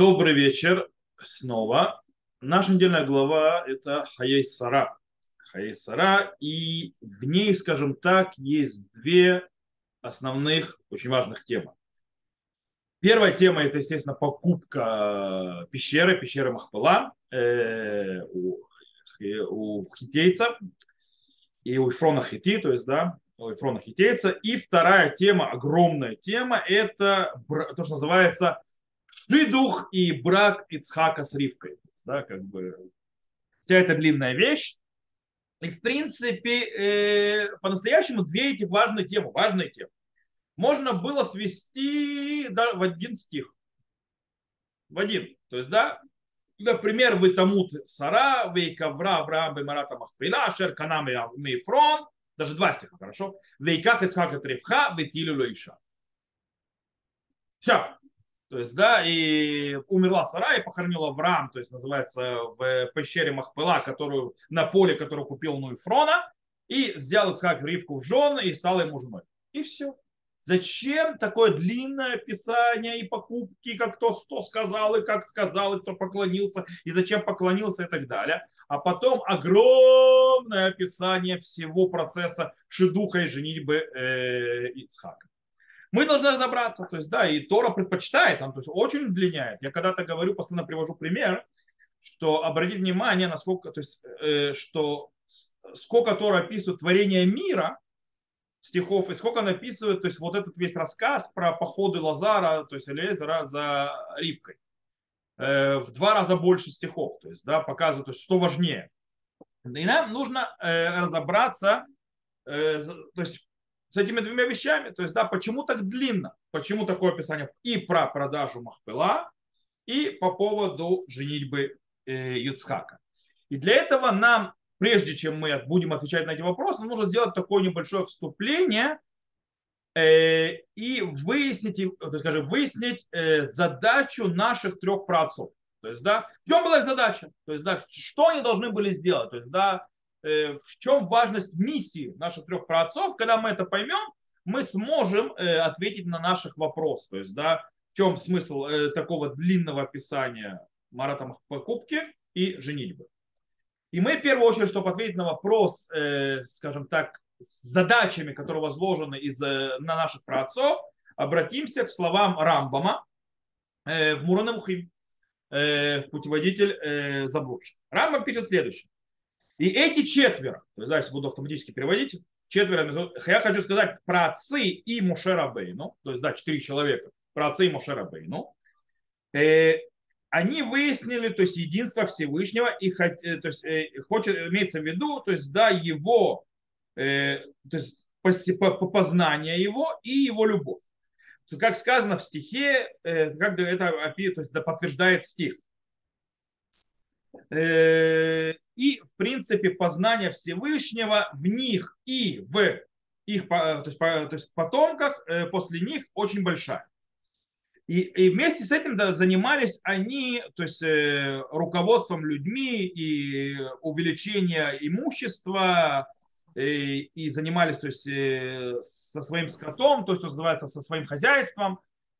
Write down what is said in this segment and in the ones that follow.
Добрый вечер снова. Наша недельная глава – это Хаей Сара. Хаей Сара, и в ней, скажем так, есть две основных, очень важных темы. Первая тема – это, естественно, покупка пещеры Махпела у хитейцев и у Ифрона Хити, то есть, да, у Ифрона Хитейца. И вторая тема, огромная тема, это то, что называется шидух и брак Ицхака с Ривкой. То есть, да, как бы вся эта длинная вещь. И, в принципе, по-настоящему две эти важные темы, можно было свести да, в один стих. В один. То есть, да, например, вы тамут Сара, Вейкавра, Авраам, Бемарата Махпила, Ашер Канам и Мейфрон, даже два стиха, хорошо. Вейках Ицхака Тревха, Ветилю Лоиша. Все. То есть, да, и умерла Сара и похоронила Авраам, то есть называется в пещере Махпела, которую на поле, которую купил Нуифрона, и взял Ицхак Ривку в жены и стал ему женой. И все. Зачем такое длинное описание и покупки, как кто что сказал, и кто поклонился, и зачем поклонился и так далее. А потом огромное описание всего процесса шедуха и женитьбы Ицхака. Мы должны разобраться, то есть, да, и Тора предпочитает, то есть очень удлиняет. Я когда-то говорю, постоянно привожу пример, что обратите внимание, насколько, то есть, что сколько Тора описывает творение мира, стихов, и сколько он описывает, то есть, вот этот весь рассказ про походы Лазара, то есть, Элиезера за Ривкой. В два раза больше стихов, то есть, да, показывает, то есть, что важнее. И нам нужно разобраться, то есть, с этими двумя вещами. То есть, да, почему так длинно? Почему такое описание и про продажу Махпела, и по поводу женитьбы Юцхака. И для этого нам, прежде чем мы будем отвечать на эти вопросы, нужно сделать такое небольшое вступление и выяснить, скажем, выяснить задачу наших трех праотцов. То есть, да, в чем была их задача? То есть, да, что они должны были сделать? То есть, да, в чем важность миссии наших трех праотцов? Когда мы это поймем, мы сможем ответить на наших вопросов. То есть, да, в чем смысл такого длинного описания Марата покупки и женитьбы. И мы в первую очередь, чтобы ответить на вопрос, скажем так, с задачами, которые возложены на наших праотцов, обратимся к словам Рамбама в Муране Мухим, в путеводитель заблудших. Рамбам пишет следующее. И эти четверо, то есть дальше буду автоматически переводить, четверо, я хочу сказать про отцы и Моше Рабейну, то есть да, 4 человека, про отцы и Моше Рабейну, они выяснили, то есть единство Всевышнего, и то есть, имеется в виду, то есть да, его, то есть познание его и его любовь. Как сказано в стихе, как это то есть, да, подтверждает стих. И, в принципе, познание Всевышнего в них и в их то есть потомках после них очень большая. И вместе с этим да, занимались они, то есть руководством людьми и увеличением имущества, и занимались, то есть со своим скотом, то есть, что называется, со своим хозяйством,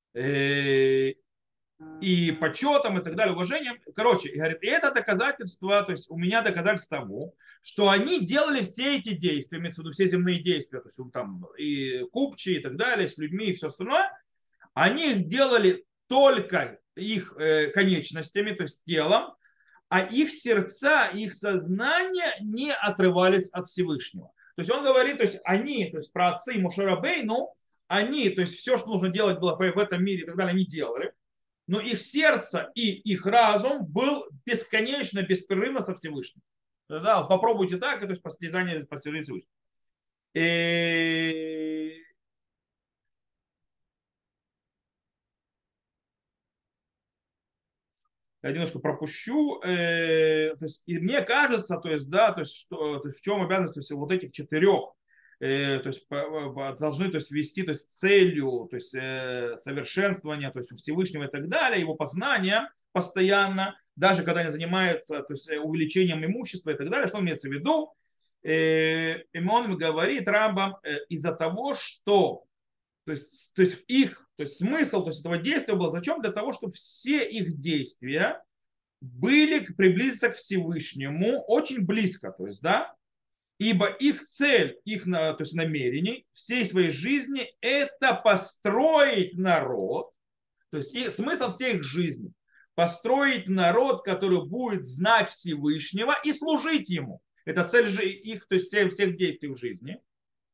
и почетом, и так далее, уважением. Короче, и говорит, и это доказательство, то есть у меня доказательство того, что они делали все эти действия, имеется в виду все земные действия, то есть там и купчие, и так далее, с людьми и все остальное, они их делали только их конечностями, то есть телом, а их сердца, их сознание не отрывались от Всевышнего. То есть он говорит, то есть они, то есть про отцы Моше Рабейну, они, то есть все, что нужно делать было в этом мире и так далее, они делали, но их сердце и их разум был бесконечно, беспрерывно со Всевышним. Да, попробуйте так, то есть послезание по Всевышнему. И я немножко пропущу. То есть, и мне кажется, то есть, да, то есть, что, то есть, в чем обязанность то есть, вот этих четырех то есть, должны то есть, вести то есть, целью то есть, совершенствования то есть, у Всевышнего и так далее, его познания постоянно, даже когда они занимаются то есть, увеличением имущества и так далее, что имеется в виду? И он говорит Рамбам из-за того, что то есть в их То есть смысл, то есть этого действия был зачем? Для того, чтобы все их действия были приблизиться к Всевышнему очень близко. То есть, да, ибо их цель, их то есть намерений всей своей жизни это построить народ, то есть и смысл всей их жизни построить народ, который будет знать Всевышнего и служить ему. Это цель же их, то есть всех действий в жизни.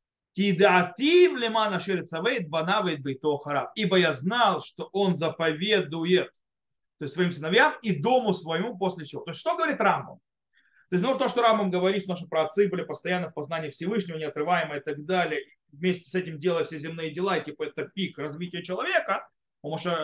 Ибо я знал, что он заповедует, то есть своим сыновьям и дому своему после чего. То есть что говорит Рамбам? То есть, ну, то, что Рамбам говорит, что наши праотцы были постоянно в познании Всевышнего, неотрываемо и так далее, вместе с этим делая все земные дела, и, типа это пик развития человека, потому что,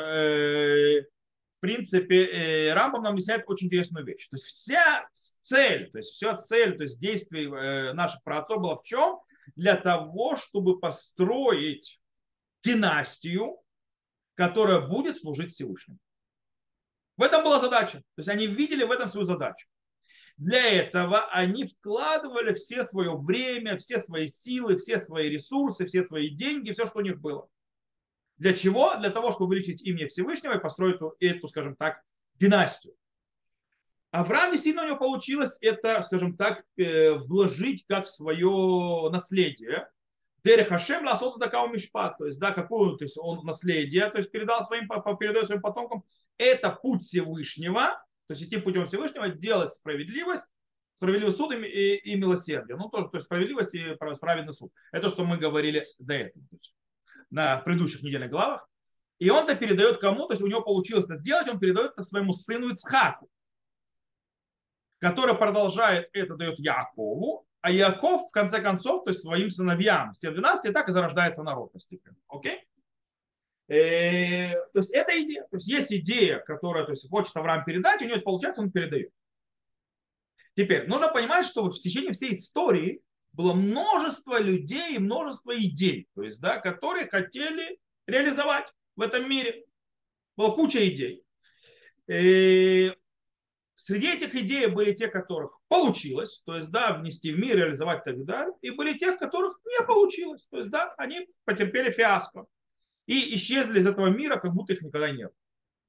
в принципе, Рамбам нам объясняет очень интересную вещь. То есть вся цель, то есть действий наших праотцов было в чем? Для того, чтобы построить династию, которая будет служить Всевышнему. В этом была задача. То есть они видели в этом свою задачу. Для этого они вкладывали все свое время, все свои силы, все свои ресурсы, все свои деньги, все, что у них было. Для чего? Для того, чтобы увеличить имя Всевышнего и построить эту, скажем так, династию. Авраам действительно у него получилось это, скажем так, вложить как свое наследие. Дерех Хашем ласот цдака мишпат, то есть, да, какую, то есть он наследие, то есть передает своим потомкам. Это путь Всевышнего, то есть идти путем Всевышнего, делать справедливость, справедливый суд и милосердие. Ну, тоже, то есть справедливость и праведный суд. Это, что мы говорили до этого, то есть, на предыдущих недельных главах. И он это передает кому, то есть у него получилось это сделать, он передает это своему сыну Ицхаку, который продолжает это, дает Якову, а Яков, в конце концов, то есть своим сыновьям, всем 12, и так и зарождается народ постепенно. Окей? То есть это идея. То есть есть идея, которая, то есть, хочет Авраам передать, у него это получается, он передает. Теперь, нужно понимать, что в течение всей истории было множество людей и множество идей, то есть, да, которые хотели реализовать в этом мире. Была куча идей. И среди этих идей были те, которых получилось, то есть, да, внести в мир, реализовать и так далее, и были тех, которых не получилось, то есть, да, они потерпели фиаско и исчезли из этого мира, как будто их никогда не было.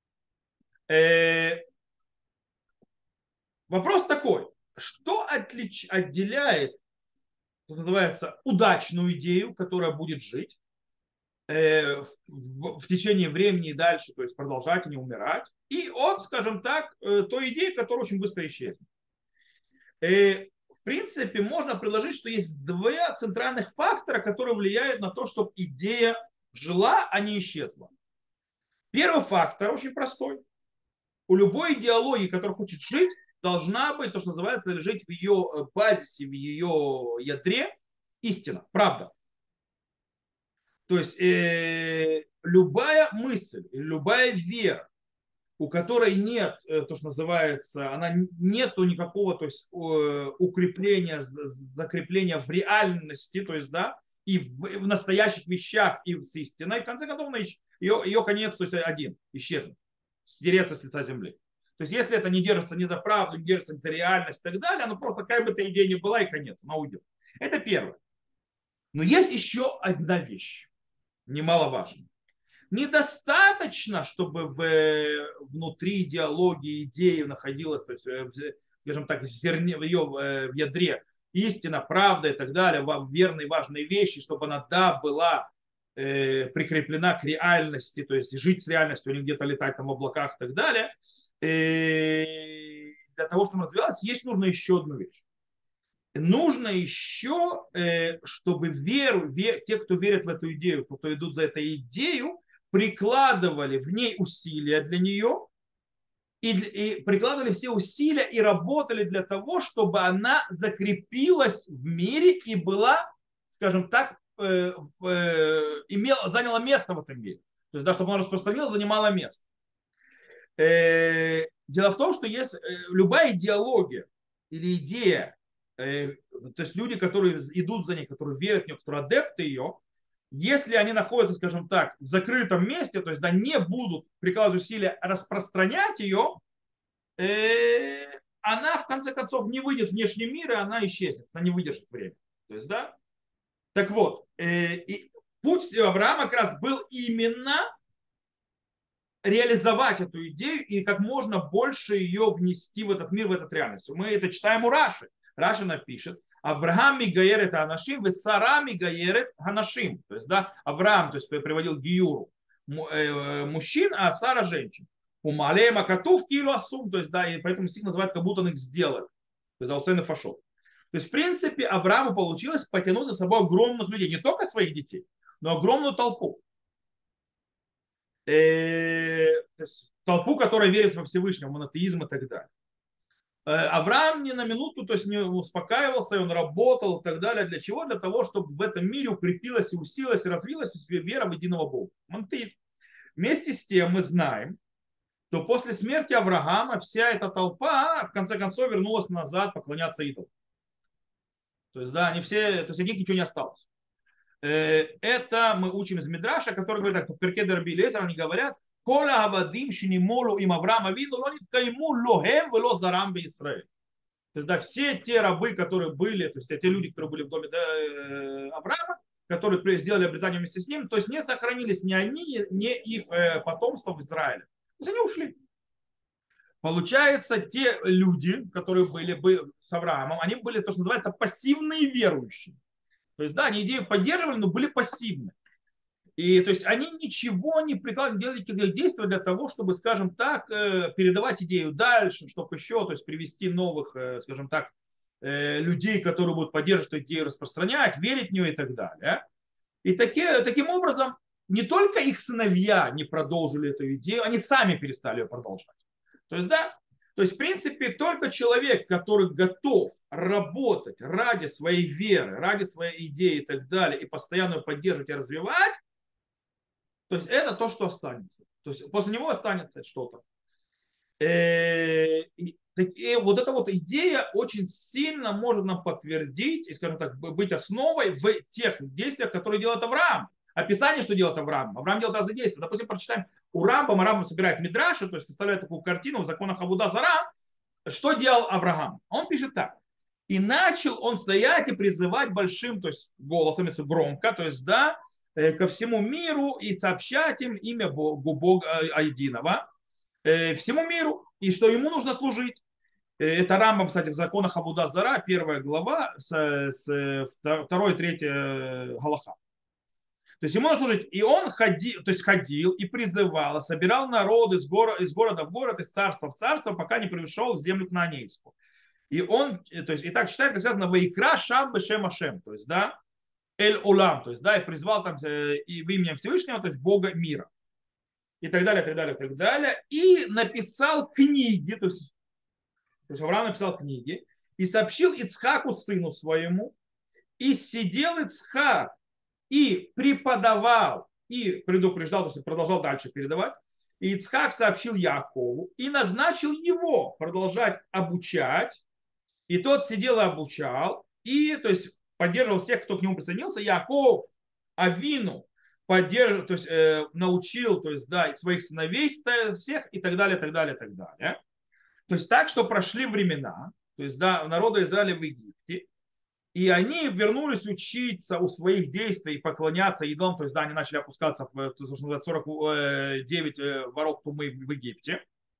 Вопрос такой, что отделяет, что называется, удачную идею, которая будет жить в течение времени и дальше, то есть продолжать и не умирать, и от, скажем так, той идеи, которая очень быстро исчезнет. В принципе, можно предложить, что есть два центральных фактора, которые влияют на то, чтобы идея жила, а не исчезла. Первый фактор очень простой. У любой идеологии, которая хочет жить, должна быть то, что называется, лежать в ее базисе, в ее ядре истина, правда. То есть любая мысль, любая вера, у которой нет, то, что называется, она нету никакого, то есть укрепления, закрепления в реальности, то есть, да, и в настоящих вещах, и с истиной, в конце концов, ее конец, то есть один, исчезнет, стереться с лица земли. То есть, если это не держится ни за правду, не держится ни за реальность и так далее, оно просто какая бы эта идея ни была, и конец, она уйдет. Это первое. Но есть еще одна вещь, немаловажная. Недостаточно, чтобы внутри идеологии, идеи находилась, то есть, скажем так, в зерне, в ее в ядре истина, правда и так далее, верные важные вещи, чтобы она, да, была прикреплена к реальности, то есть жить с реальностью, а не где-то летать там в облаках и так далее. Для того, чтобы она развивалась, есть нужно еще одну вещь. Нужно еще, чтобы те, кто верят в эту идею, кто идут за этой идею, прикладывали в ней усилия для нее и прикладывали все усилия и работали для того, чтобы она закрепилась в мире и была, скажем так, заняла место в этом мире. То есть, да, чтобы она распространилась, занимала место. Дело в том, что есть любая идеология или идея, то есть люди, которые идут за ней, которые верят в нее, которые адепты ее, если они находятся, скажем так, в закрытом месте, то есть да, не будут прикладывать усилия распространять ее, она в конце концов не выйдет в внешний мир, и она исчезнет, она не выдержит время. То есть, да. Так вот, и путь Авраама как раз был именно реализовать эту идею и как можно больше ее внести в этот мир, в эту реальность. Мы это читаем у Раши. Раша напишет: Авраам мигаерет анашим, Сара мигаерет ханашим. То есть, да, Авраам, то есть, приводил гиюру мужчин, а Сара женщин. Умалея макатув килу асум. То есть, да, и поэтому стих называют, как будто он их сделал. То есть, аусен и фашот. То есть, в принципе, Аврааму получилось потянуть за собой огромных людей. Не только своих детей, но огромную толпу. То есть, толпу, которая верит во Всевышнего, в монотеизм и так далее. Авраам ни на минуту, то есть не успокаивался, он работал и так далее. Для чего? Для того, чтобы в этом мире укрепилась и усилилась и развилась вера в единого Бога. Монотеизм. Вместе с тем мы знаем, что после смерти Авраама вся эта толпа в конце концов вернулась назад поклоняться идолам. То есть, да, они все, то есть от них ничего не осталось. Это мы учим из Мидраша, который говорит так: в Перке Дерби Лезер они говорят: Кола Авадим Шинимолу им Авраама виду, но не ткайму лохем вело зарам бе Исраэль. То есть, да, все те рабы, которые были, то есть те люди, которые были в доме Авраама, которые сделали обрезание вместе с ним, то есть не сохранились ни они, ни их потомство в Израиле. То есть они ушли. Получается, те люди, которые были с Авраамом, они были то, что называется пассивные верующие. То есть, да, они идею поддерживали, но были пассивны. И то есть они ничего не прикладывали, делали каких-то действий для того, чтобы, скажем так, передавать идею дальше, чтобы еще, то есть привести новых, скажем так, людей, которые будут поддерживать эту идею, распространять, верить в нее и так далее. И таким образом не только их сыновья не продолжили эту идею, они сами перестали ее продолжать. То есть, да, то есть, в принципе, только человек, который готов работать ради своей веры, ради своей идеи и так далее, и постоянно ее поддерживать и развивать, то есть это то, что останется. То есть после него останется что-то. И вот эта вот идея очень сильно может нам подтвердить и, скажем так, быть основой в тех действиях, которые делает Авраам. Описание, что делает Авраам. Авраам делает разные действия. Допустим, прочитаем у Рамбама. Рамбам собирает мидраши, то есть составляет такую картину в законах Авуда Зара. Что делал Авраам? Он пишет так. И начал он стоять и призывать большим, то есть голосом, громко, то есть, да, ко всему миру и сообщать им имя Бога единого, всему миру, и что ему нужно служить. Это Рамбам, кстати, в законах Авуда Зара, 1 глава, с 2-3 галаха. То есть ему нужно служить. И он ходил и призывал, собирал народ из города в город, из царства в царство, пока не пришел в землю кнаанейскую. И он, то есть, и так читает, как связано, «Ваикра шам бешем ашем», то есть, да, «эль улам», то есть, да, и призвал там и в имя Всевышнего, то есть, Бога мира. И так далее, так далее, так далее. И написал книги, то есть Авраам написал книги, и сообщил Ицхаку, сыну своему, и сидел Ицхак, и преподавал, и предупреждал, то есть продолжал дальше передавать. И Ицхак сообщил Якову и назначил его продолжать обучать. И тот сидел и обучал, и то есть поддерживал всех, кто к нему присоединился. Яков Авину поддерживал, то есть научил, то есть, да, своих сыновей всех и так далее, так далее, так далее. То есть так, что прошли времена, то есть, да, народа Израиля в Египте, и они вернулись учиться у своих действий и поклоняться идолам, то есть, да, они начали опускаться в то, что называется 49 ворот Тумы в Египте.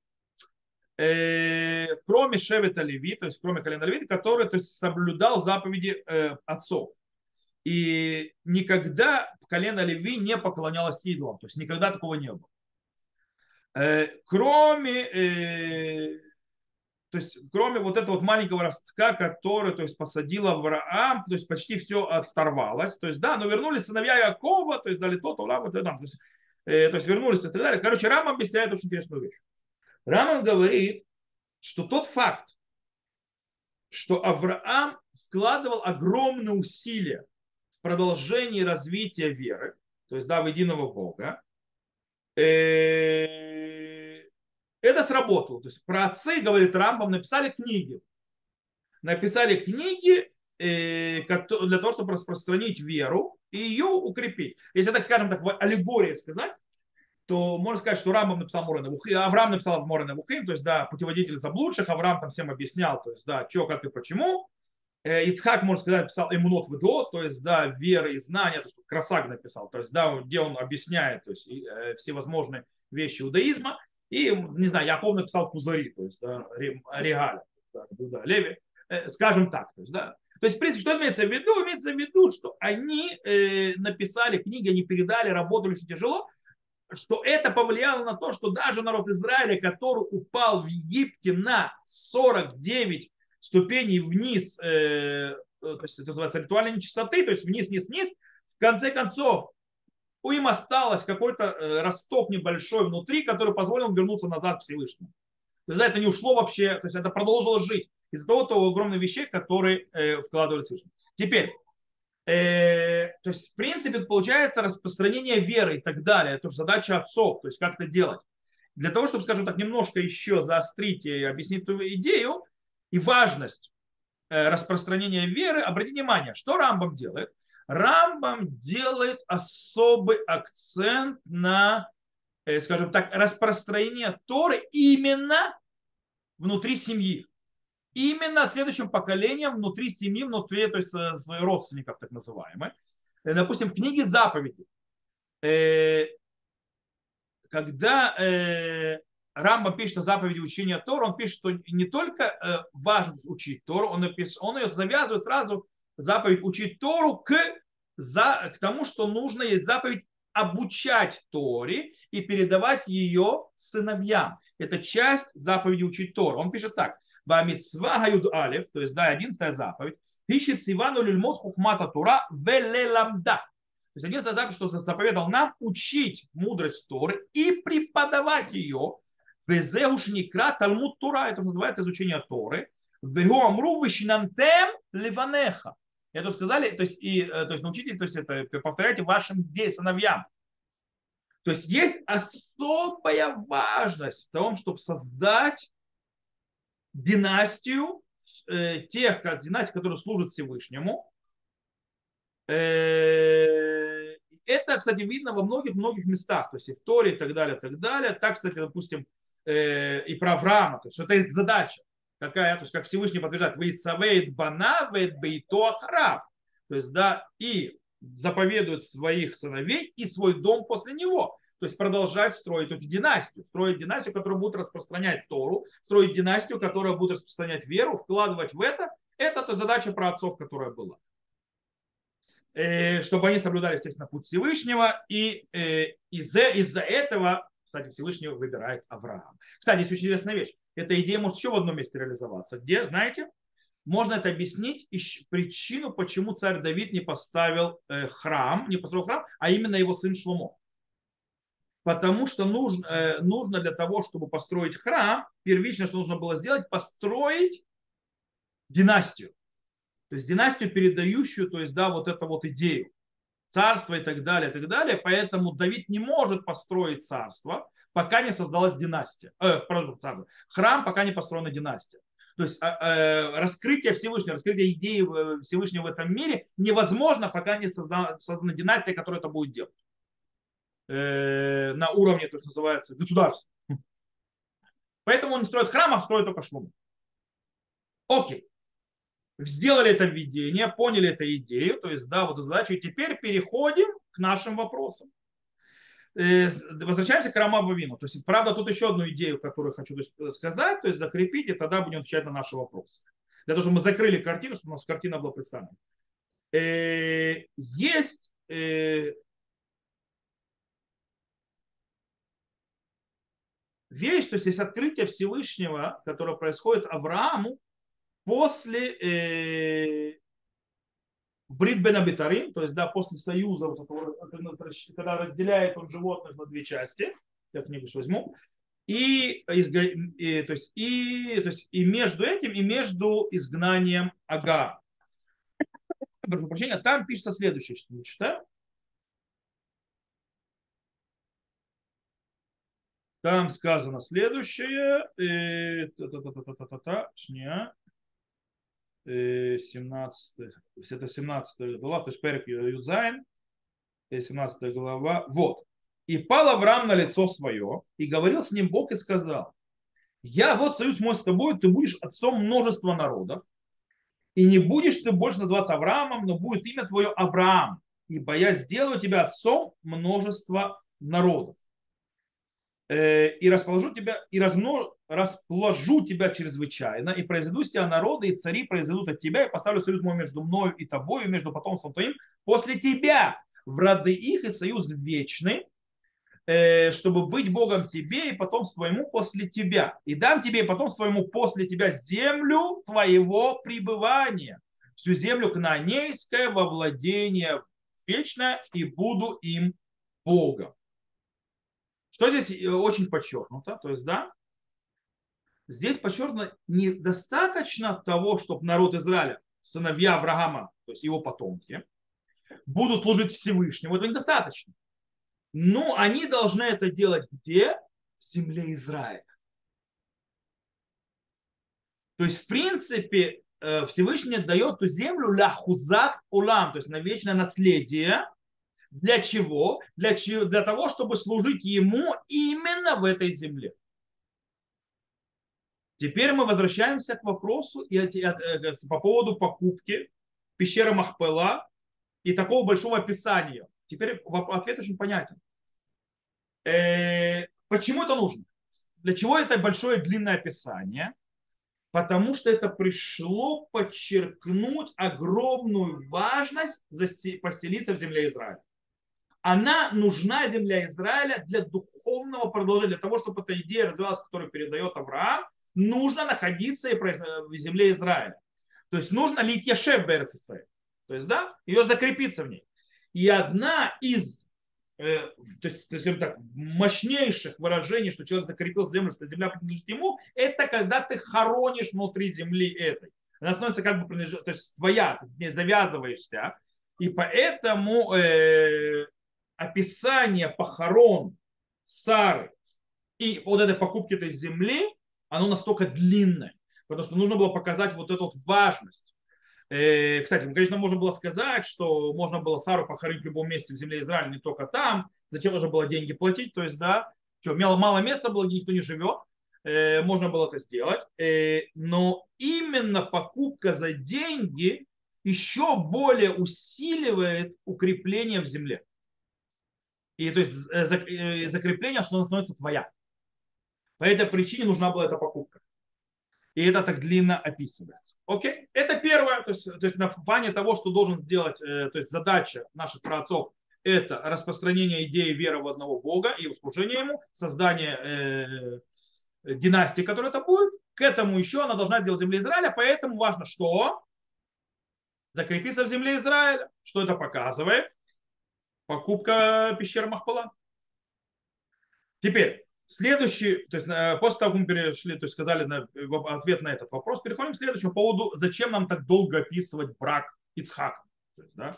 Кроме Шевета Леви, то есть кроме колена Леви, который, то есть, соблюдал заповеди отцов. И никогда колено Леви не поклонялось идолам, то есть никогда такого не было. Кроме вот этого вот маленького ростка, который, то есть, посадил Авраам, то есть почти все оторвалось. То есть, да, но вернулись сыновья Якова, то есть дали то, Улам, то есть вернулись и так далее. Короче, Рамбам объясняет очень интересную вещь. Рамбам говорит, что тот факт, что Авраам вкладывал огромные усилия в продолжение развития веры, то есть, да, в единого Бога, это сработало. То есть про отцы, говорит Рамбам, написали книги. Написали книги для того, чтобы распространить веру и ее укрепить. Если, так скажем, так в аллегории сказать, то можно сказать, что Рамбам написал Морэ Невухим, Авраам написал Морэ Невухим, то есть, да, путеводитель заблудших, Авраам там всем объяснял, то есть, да, что, как и почему. Ицхак, можно сказать, написал Эмунот Ведо, то есть, да, вера и знания, то есть, Красак написал, то есть, да, где он объясняет, то есть, всевозможные вещи иудаизма. И, не знаю, Яков написал Кузари, то есть да, Регаль, да, Леви, скажем так. То есть, да. То есть, в принципе, что имеется в виду? Имеется в виду, что они написали книги, они передали, работали очень тяжело, что это повлияло на то, что даже народ Израиля, который упал в Египте на 49 ступеней вниз, то есть это называется ритуальной нечистоты, то есть вниз, вниз, вниз, в конце концов у им осталось какой-то растоп небольшой внутри, который позволил им вернуться назад к Всевышнему. То есть это не ушло вообще, то есть это продолжило жить из-за того огромных вещей, которые вкладывали Всевышний. Теперь, то есть, в принципе, получается распространение веры и так далее. Это же задача отцов, то есть как это делать. Для того, чтобы, скажем так, немножко еще заострить и объяснить эту идею и важность распространения веры, обратите внимание, что Рамбам делает. Рамбам делает особый акцент на, скажем так, распространение Торы именно внутри семьи. Именно следующим поколением внутри семьи, внутри, то есть своих родственников, так называемых. Допустим, в книге заповеди, когда Рамбам пишет о заповеди учения Торы, он пишет, что не только важно учить Тору, он ее завязывает сразу, заповедь учить Тору к тому, что нужно есть заповедь обучать Торе и передавать ее сыновьям. Это часть заповеди учить Тору. Он пишет так. Бамитсва гаюд алев, то есть, да, 11 заповедь. Пишет Сивану лильмот хухмата Тура велеламда. То есть 11 заповедь, что заповедал нам учить мудрость Торы и преподавать ее. Везеушникра Талмуд Тура, это называется изучение Торы. Вегу амру вишнантем ливанеха. Это сказали, то есть научите, то есть это повторяйте вашим сыновьям. То есть есть особая важность в том, чтобы создать династию династий, которые служат Всевышнему. Это, кстати, видно во многих-многих местах, то есть и в Торе и так далее, и так далее. Так, кстати, допустим, и про Авраама, то есть это их задача. Какая, то есть как Всевышний подтверждает, «Вейцавейт бана, вейт бейто ахарав». То есть, да, и заповедует своих сыновей и свой дом после него. То есть продолжать строить эту династию. Строить династию, которая будет распространять Тору, строить династию, которая будет распространять веру, вкладывать в это. Это задача праотцов, которая была. Чтобы они соблюдали, естественно, путь Всевышнего. И из-за этого, кстати, Всевышний выбирает Авраама. Кстати, есть очень интересная вещь. Эта идея может еще в одном месте реализоваться. Где, знаете, можно это объяснить причину, почему царь Давид не построил храм, а именно его сын Шломо. Потому что нужно для того, чтобы построить храм, первично, что нужно было сделать, построить династию. То есть династию, передающую, то есть, да, вот эту вот идею. Царство и так далее, и так далее. Поэтому Давид не может построить царство, пока не создалась династия. Храм, пока не построена династия. То есть раскрытие Всевышнего, раскрытие идеи Всевышнего в этом мире невозможно, пока не создана династия, которая это будет делать. На уровне, то есть называется, государства. Поэтому он не строит храм, а строит только шлум. Окей. Сделали это введение, поняли эту идею, то есть, да, вот задачу, и теперь переходим к нашим вопросам. Возвращаемся к Рамаву Вину. То есть, правда, тут еще одну идею, которую хочу сказать, то есть закрепить, и тогда будем отвечать на наши вопросы. Для того, чтобы мы закрыли картину, чтобы у нас картина была представлена. Есть вещь, то есть открытие Всевышнего, которое происходит Аврааму после Брит бен Абитарим, то есть, да, после союза, вот этого, когда разделяет он животных на две части, я книгу возьму, то есть, и между этим, и между изгнанием Агар. Прошу прощения, там пишется следующее, что я читаю. Там сказано следующее. 17, это 17 глава, то есть Перек Юдзайн, 17 глава. Вот. И пал Авраам на лицо свое, и говорил с ним Бог и сказал: я вот союз мой с тобой, ты будешь отцом множества народов, и не будешь ты больше называться Авраамом, но будет имя твое Авраам, ибо я сделаю тебя отцом множества народов. И расположу тебя, и расположу тебя чрезвычайно, и произведу из тебя народы, и цари произойдут от тебя, и поставлю союз мой между мною и тобою, между потомством твоим, после тебя в роды их, и союз вечный, чтобы быть Богом тебе и потомству твоему после тебя. И дам тебе и потомству твоему после тебя землю твоего пребывания, всю землю кнаанейское во владение вечное, и буду им Богом. Что здесь очень подчеркнуто? То есть, да, здесь подчеркнуто недостаточно того, чтобы народ Израиля, сыновья Авраама, то есть его потомки, будут служить Всевышнему. Этого недостаточно. Но они должны это делать где? В земле Израиля. То есть, в принципе, Всевышний дает ту землю ля хузат улам, то есть на вечное наследие. Для чего? Для того, чтобы служить ему именно в этой земле. Теперь мы возвращаемся к вопросу по поводу покупки пещеры Махпела и такого большого описания. Теперь ответ очень понятен. Почему это нужно? Для чего это большое длинное описание? Потому что это пришло подчеркнуть огромную важность поселиться в земле Израиля. Она нужна, земля Израиля, для духовного продолжения, для того, чтобы эта идея развивалась, которую передает Авраам, нужно находиться в земле Израиля. То есть нужно лить Яшев Берец Исраэль. То есть, да, ее закрепиться в ней. И одна из то есть, скажем так, мощнейших выражений, что человек закрепил землю, что земля принадлежит ему, это когда ты хоронишь внутри земли этой. Она становится как бы принадлежит, то есть твоя, ты с ней завязываешься. И поэтому описание похорон Сары и вот этой покупки этой земли, оно настолько длинное, потому что нужно было показать вот эту вот важность. Кстати, конечно, можно было сказать, что можно было Сару похоронить в любом месте в земле Израиля, не только там. Зачем нужно было деньги платить? То есть, да, что, мало места было, где никто не живет. Можно было это сделать. Но именно покупка за деньги еще более усиливает укрепление в земле. И то есть закрепление, что она становится твоя. По этой причине нужна была эта покупка. И это так длинно описывается. Окей? Это первое, то есть на фоне того, что должен сделать, то есть задача наших праотцов, это распространение идеи веры в одного Бога и служение ему, создание династии, которая это будет. К этому еще она должна делать в земле Израиля, поэтому важно, что закрепиться в земле Израиля. Что это показывает? Покупка пещеры Махпала. Теперь, следующий, то есть после того, как мы перешли, то есть сказали ответ на этот вопрос, переходим к следующему поводу, зачем нам так долго описывать брак Ицхака. То есть, да?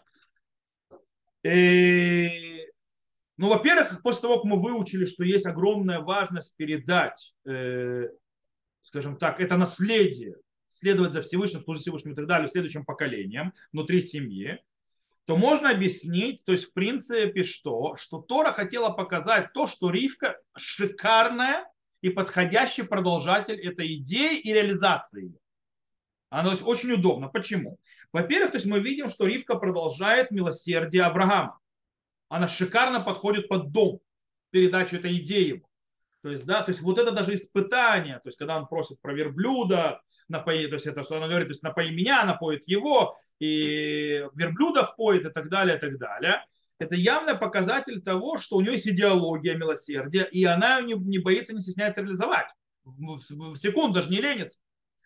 Ну, во-первых, после того, как мы выучили, что есть огромная важность передать, скажем так, это наследие, следовать за Всевышним, служить Всевышним и так далее, следующим поколениям внутри семьи, то можно объяснить, то есть в принципе что Тора хотела показать то, что Ривка шикарная и подходящий продолжатель этой идеи и реализации ее. Она то есть, очень удобно. Почему? Во-первых, то есть мы видим, что Ривка продолжает милосердие Авраама. Она шикарно подходит под дом, передачу этой идеи его. То есть, да, то есть вот это даже испытание, то есть когда он просит про верблюда, напои, то есть это что она говорит, то есть напои меня, напоит его, и верблюдов поет и так далее, и так далее. Это явный показатель того, что у нее есть идеология милосердия, и она не боится, не стесняется реализовать. В секунду даже не ленится.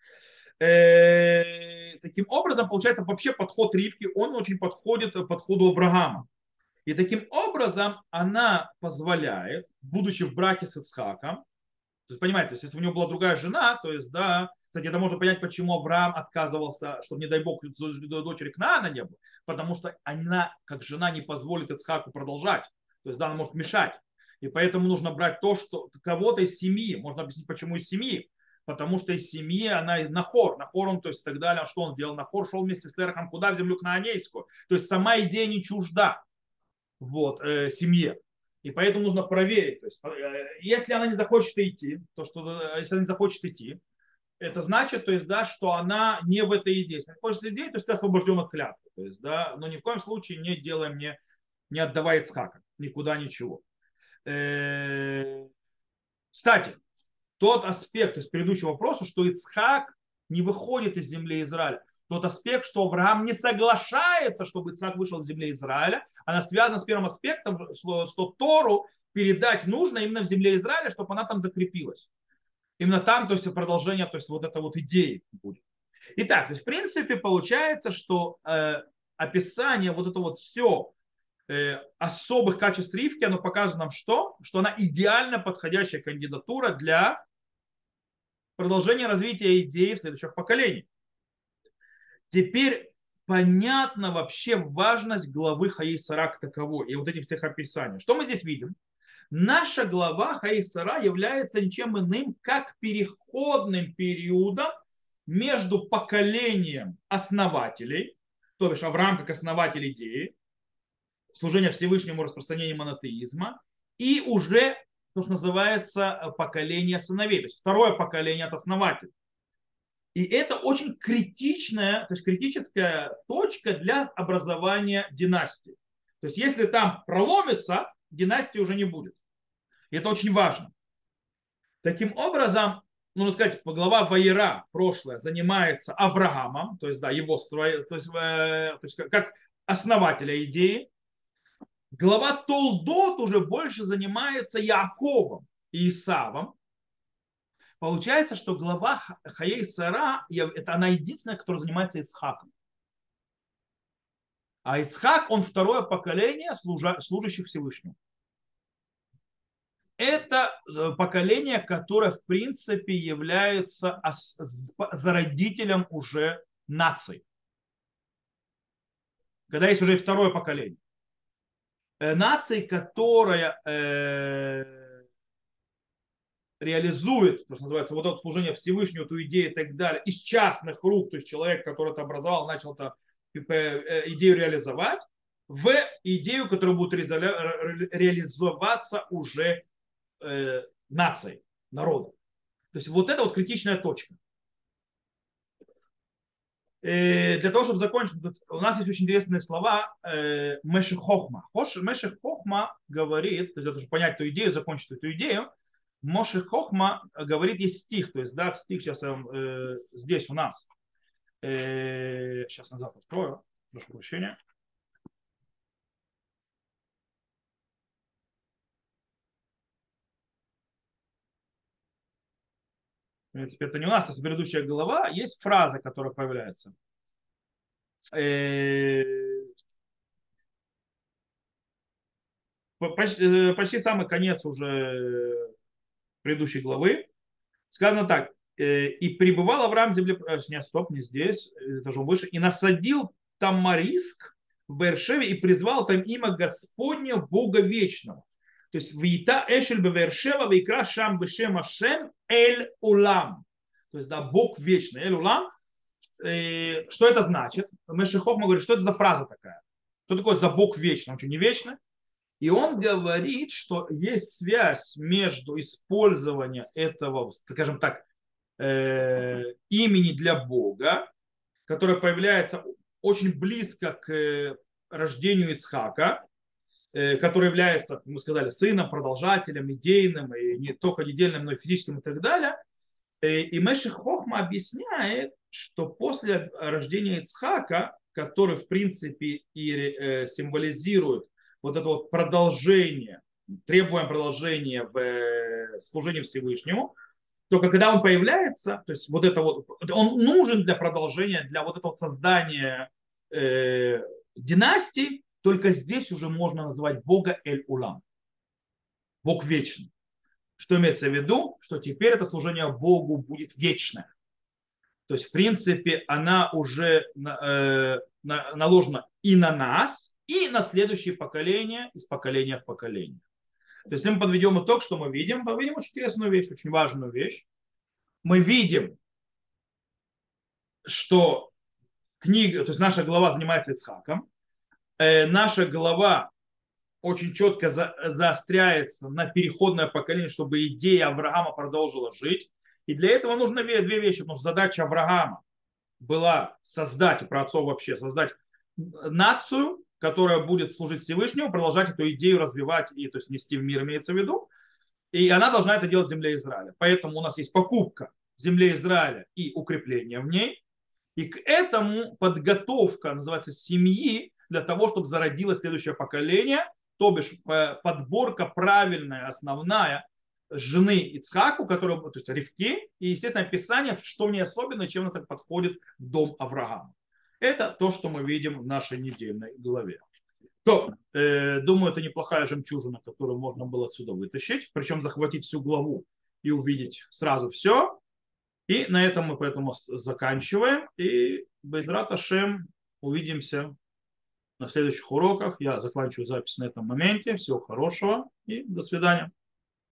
Таким образом, получается, вообще подход Ривки, он очень подходит подходу Авраама. И таким образом она позволяет, будучи в браке с Ицхаком, то есть, понимаете, то есть, если у него была другая жена, то есть, да, кстати, это можно понять, почему Авраам отказывался, чтобы, не дай бог, дочери Кнаана не было, потому что она, как жена, не позволит Ицхаку продолжать, то есть, да, она может мешать. И поэтому нужно брать то, что кого-то из семьи, можно объяснить, почему из семьи, потому что из семьи она Нахор, он, то есть, так далее, что он делал? Нахор шел вместе с Терахом куда? В землю кнаанейскую, то есть, сама идея не чужда вот, семье. И поэтому нужно проверить. То есть, если она не захочет идти, если она не захочет идти, это значит, то есть, да, что она не в этой идее. Если она хочет идти, то есть ты освобожден от клятвы. То есть, да, но ни в коем случае не делай мне, не отдавай Ицхака. Никуда ничего. Кстати, тот аспект, то есть предыдущего вопроса, что Ицхак не выходит из земли Израиля. Тот аспект, что Авраам не соглашается, чтобы Ицхак вышел из земли Израиля, она связана с первым аспектом, что Тору передать нужно именно в земле Израиля, чтобы она там закрепилась. Именно там, то есть продолжение, то есть вот эта вот идея будет. Итак, то есть в принципе получается, что описание вот это вот все особых качеств Ривки, оно показывает нам что? Что она идеально подходящая кандидатура для продолжения развития идеи в следующих поколениях. Теперь понятна вообще важность главы Хаей Сара как таковой и вот этих всех описаний. Что мы здесь видим? Наша глава Хаей Сара является ничем иным, как переходным периодом между поколением основателей, то бишь Авраам как основатель идеи, служения Всевышнему, распространения монотеизма, и уже то, что называется поколение сыновей, то есть второе поколение от основателя. И это очень критичная, то есть критическая точка для образования династии. То есть если там проломится, династии уже не будет. И это очень важно. Таким образом, нужно сказать, глава Ваера, прошлое, занимается Авраамом, то есть, да, его то есть как основателя идеи. Глава Толдот уже больше занимается Яаковом и Исавом. Получается, что глава Хаей Сара, это она единственная, которая занимается Ицхаком. А Ицхак, он второе поколение служащих Всевышнему. Это поколение, которое, в принципе, является зародителем уже нации. Когда есть уже второе поколение. Нации, которая реализует, то, что называется, вот это служение Всевышнему, эту идею и так далее, из частных рук, то есть человек, который это образовал, начал это идею реализовать, в идею, которая будет реализоваться уже нацией, народом. То есть вот это вот критичная точка. Для того, чтобы закончить, у нас есть очень интересные слова Мешех Хохма. Мешех Хохма говорит, для того, чтобы понять эту идею, закончить эту идею, Мошех Хохма говорит, есть стих, то есть, да, стих сейчас здесь у нас. Сейчас назад открою, прошу прощения. В принципе, это не у нас, это предыдущая глава. Есть фраза, которая появляется. Почти самый конец уже предыдущей главы. Сказано так. И пребывал Авраам в земле... Нет, стоп, не здесь, этажом выше. И насадил Тамариск в Бершеве и призвал там имя Господня, Бога Вечного. То есть Вита Эшель Бевершева, Вейкра Шам Бешем Ашем Эль Улам. То есть, да, Бог Вечный, Эль Улам. Что это значит? Мешех Хохма говорит, что это за фраза такая? Что такое за Бог Вечный? Он что, не вечный? И он говорит, что есть связь между использованием этого, скажем так, имени для Бога, которое появляется очень близко к рождению Ицхака, который является, как мы сказали, сыном, продолжателем, идейным, и не только недельным, но и физическим и так далее. И Мешех Хохма объясняет, что после рождения Ицхака, который в принципе и символизирует вот это вот продолжение, требуем продолжения в служении Всевышнему, только когда он появляется, то есть вот это вот, он нужен для продолжения, для вот этого создания династии, только здесь уже можно называть Бога Эль-Улам, Бог вечный. Что имеется в виду? Что теперь это служение Богу будет вечное. То есть, в принципе, она уже наложена и на нас, и на следующие поколения, из поколения в поколение. То есть, если мы подведем итог, что мы видим очень интересную вещь, очень важную вещь. Мы видим, что книга, то есть наша глава занимается Ицхаком, наша глава очень четко заостряется на переходное поколение, чтобы идея Авраама продолжила жить. И для этого нужны две вещи. Потому что задача Авраама была создать, про отцов вообще, создать нацию, которая будет служить Всевышнему, продолжать эту идею развивать и то есть нести в мир, имеется в виду. И она должна это делать в земле Израиля. Поэтому у нас есть покупка земли Израиля и укрепление в ней. И к этому подготовка, называется, семьи для того, чтобы зародилось следующее поколение, то бишь подборка правильная, основная жены Ицхаку, которая, то есть Ривки, и, естественно, описание, что в ней особенно, чем она так подходит в дом Авраама. Это то, что мы видим в нашей недельной главе. То, думаю, это неплохая жемчужина, которую можно было отсюда вытащить, причем захватить всю главу и увидеть сразу все. И на этом мы поэтому заканчиваем. И Безрат Ашем увидимся на следующих уроках. Я заканчиваю запись на этом моменте. Всего хорошего и до свидания.